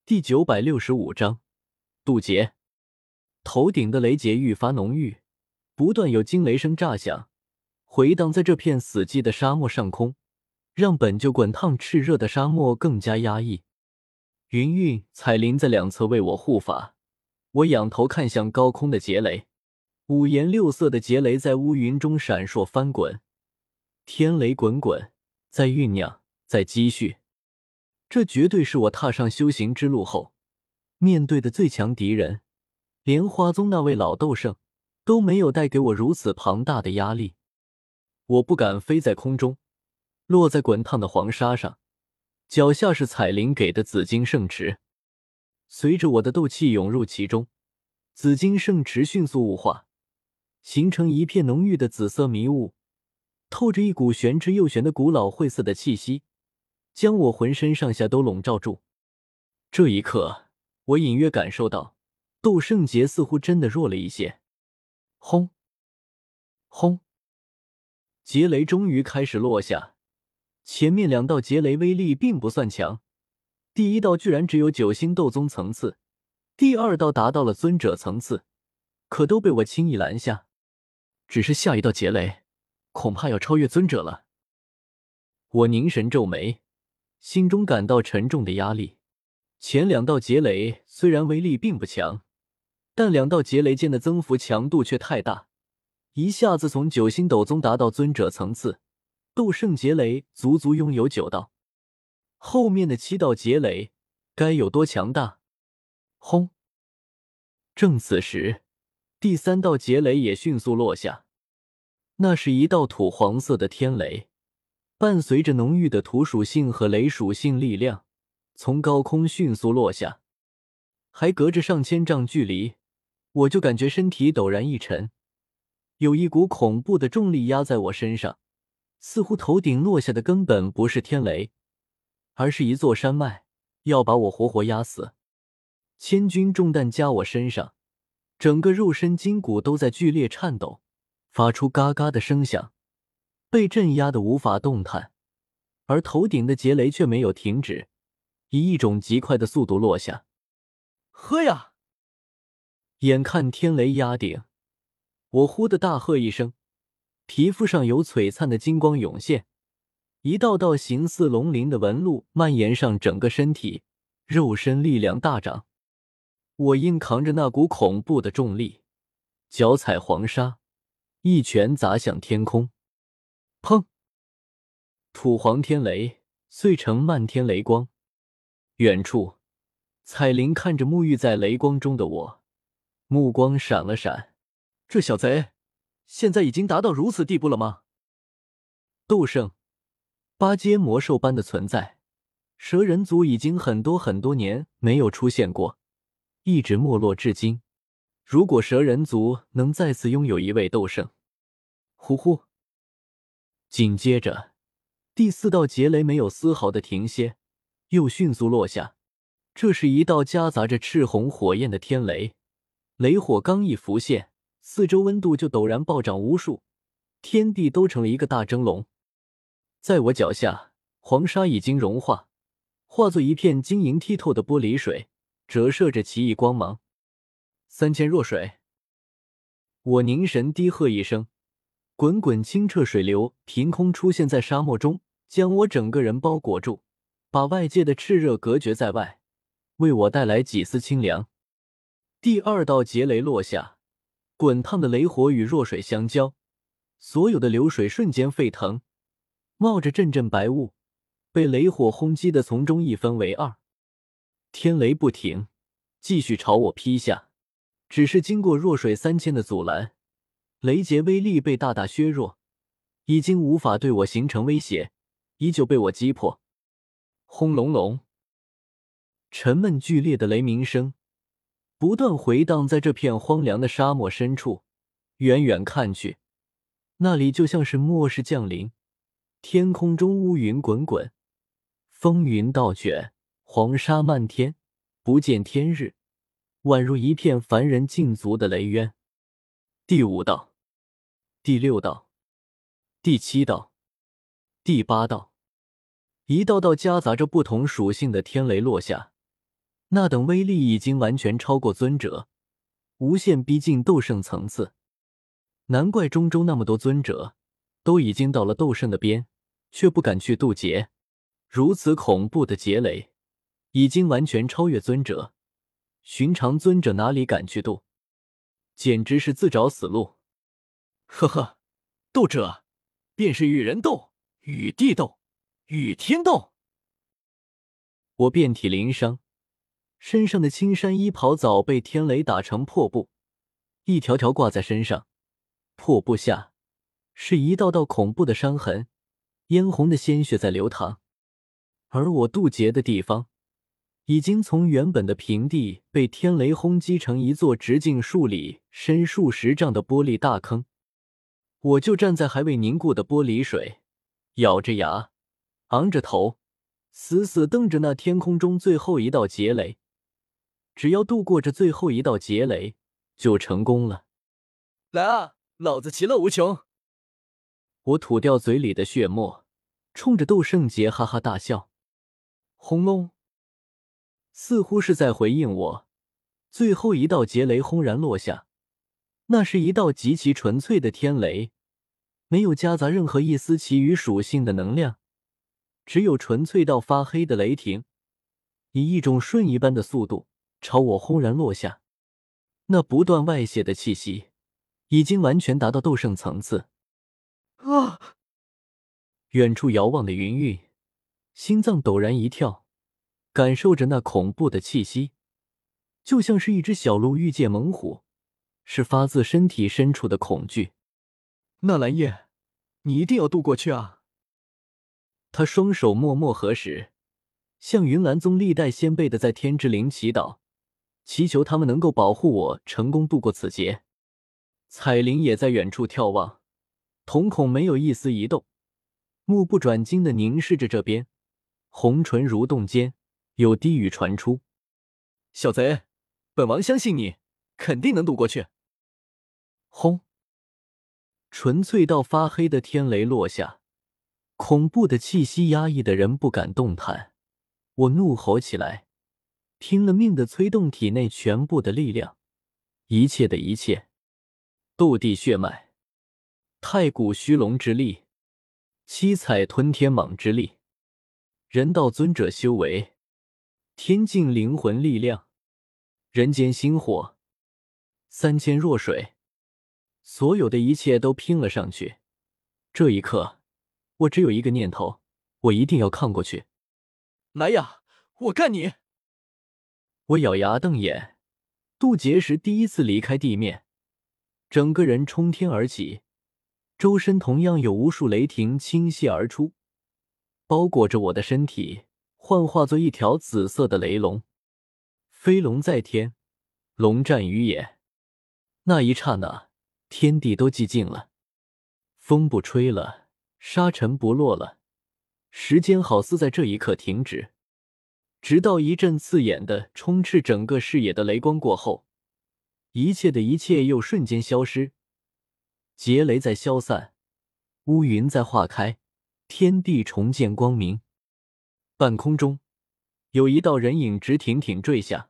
第965章渡劫。头顶的雷劫愈发浓郁，不断有惊雷声炸响，回荡在这片死寂的沙漠上空，让本就滚烫炽热的沙漠更加压抑。云韵、彩铃在两侧为我护法，我仰头看向高空的劫雷，五颜六色的劫雷在乌云中闪烁翻滚，天雷滚滚，在酝酿，在积蓄。这绝对是我踏上修行之路后面对的最强敌人，连花宗那位老斗圣都没有带给我如此庞大的压力。我不敢飞在空中，落在滚烫的黄沙上，脚下是彩铃给的紫金圣池，随着我的斗气涌入其中，紫金圣池迅速雾化，形成一片浓郁的紫色迷雾，透着一股玄之又玄的古老晦涩的气息，将我浑身上下都笼罩住。这一刻，我隐约感受到斗圣劫似乎真的弱了一些。轰轰，劫雷终于开始落下。前面两道劫雷威力并不算强，第一道居然只有9星斗宗层次，第二道达到了尊者层次，可都被我轻易拦下。只是下一道劫雷恐怕要超越尊者了。我凝神皱眉，心中感到沉重的压力。前两道劫雷虽然威力并不强，但两道劫雷间的增幅强度却太大，一下子从9星斗宗达到尊者层次，斗圣劫雷足足拥有9道，后面的7道劫雷该有多强大？轰！正此时，第3道劫雷也迅速落下，那是一道土黄色的天雷，伴随着浓郁的土属性和雷属性力量，从高空迅速落下，还隔着上千丈距离，我就感觉身体陡然一沉，有一股恐怖的重力压在我身上，似乎头顶落下的根本不是天雷，而是一座山脉，要把我活活压死。千钧重担加我身上，整个肉身筋骨都在剧烈颤抖，发出嘎嘎的声响，被镇压得无法动弹，而头顶的劫雷却没有停止，以一种极快的速度落下。喝呀！眼看天雷压顶，我忽地大喝一声，皮肤上有璀璨的金光涌现，一道道形似龙鳞的纹路蔓延上整个身体，肉身力量大涨。我硬扛着那股恐怖的重力，脚踩黄沙，一拳砸向天空。砰！土黄天雷碎成漫天雷光。远处，彩铃看着沐浴在雷光中的我，目光闪了闪。这小贼现在已经达到如此地步了吗？斗圣8阶魔兽般的存在，蛇人族已经很多年没有出现过，一直没落至今。如果蛇人族能再次拥有一位斗圣，呼呼！紧接着，第4道劫雷没有丝毫的停歇，又迅速落下。这是一道夹杂着赤红火焰的天雷，雷火刚一浮现，四周温度就陡然暴涨无数，天地都成了一个大蒸笼。在我脚下，黄沙已经融化，化作一片晶莹剔透的玻璃水，折射着奇异光芒。3000弱水！我凝神低喝一声，滚滚清澈水流凭空出现在沙漠中，将我整个人包裹住，把外界的炽热隔绝在外，为我带来几丝清凉。第2道劫雷落下，滚烫的雷火与弱水相交，所有的流水瞬间沸腾，冒着阵阵白雾，被雷火轰击的从中一分为二。天雷不停，继续朝我劈下，只是经过弱水3000的阻拦，雷劫威力被大大削弱，已经无法对我形成威胁，依旧被我击破。轰隆隆，沉闷剧烈的雷鸣声不断回荡在这片荒凉的沙漠深处，远远看去，那里就像是末世降临，天空中乌云滚滚，风云倒卷，黄沙漫天，不见天日，宛如一片凡人尽足的雷渊。第5道，第6道，第7道，第8道，一道道夹杂着不同属性的天雷落下， 那等威力已经完全超过尊者，无限逼近斗圣层次。难怪中州那么多尊者都已经到了斗圣的边，却不敢去渡劫。如此恐怖的劫雷，已经完全超越尊者，寻常尊者哪里敢去渡？简直是自找死路。 呵呵，斗者便是与人斗，与地斗，与天斗。 我遍体鳞伤，身上的青衫衣袍早被天雷打成破布，一条条挂在身上。破布下是一道道恐怖的伤痕，嫣红的鲜血在流淌。而我渡劫的地方，已经从原本的平地被天雷轰击成一座直径数里、深数十丈的玻璃大坑。我就站在还未凝固的玻璃水，咬着牙，昂着头，死死瞪着那天空中最后一道劫雷。只要渡过这最后一道劫雷，就成功了。 来啊，老子其乐无穷！ 我吐掉嘴里的血沫，冲着斗圣劫哈哈大笑。轰隆！似乎是在回应我，最后一道劫雷轰然落下。那是一道极其纯粹的天雷，没有夹杂任何一丝其余属性的能量，只有纯粹到发黑的雷霆，以一种瞬移般的速度朝我轰然落下。那不断外泄的气息已经完全达到斗圣层次。 啊！ 远处遥望的云韵心脏陡然一跳，感受着那恐怖的气息，就像是一只小鹿遇见猛虎，是发自身体深处的恐惧。 纳兰叶，你一定要渡过去啊！ 他双手默默合十，向云岚宗历代先辈的在天之灵祈祷，祈求他们能够保护我成功渡过此劫。彩铃也在远处眺望，瞳孔没有一丝移动，目不转睛地凝视着这边，红唇蠕动间有低语传出：“ 小贼，本王相信你，肯定能渡过去。” 轰！纯粹到发黑的天雷落下，恐怖的气息压抑的人不敢动弹。我怒吼起来，拼了命地催动体内全部的力量，一切的一切，斗帝血脉，太古虚龙之力，七彩吞天蟒之力，人道尊者修为，天境灵魂力量，人间星火，3000弱水，所有的一切都拼了上去。这一刻，我只有一个念头，我一定要抗过去。 来呀，我干你！ 我咬牙瞪眼，渡劫时第一次离开地面，整个人冲天而起，周身同样有无数雷霆倾泻而出，包裹着我的身体，幻化作一条紫色的雷龙，飞龙在天，龙战于野。那一刹那，天地都寂静了，风不吹了，沙尘不落了，时间好似在这一刻停止。直到一阵刺眼的充斥整个视野的雷光过后，一切的一切又瞬间消失，劫雷在消散，乌云在化开，天地重见光明。半空中有一道人影直挺挺坠下，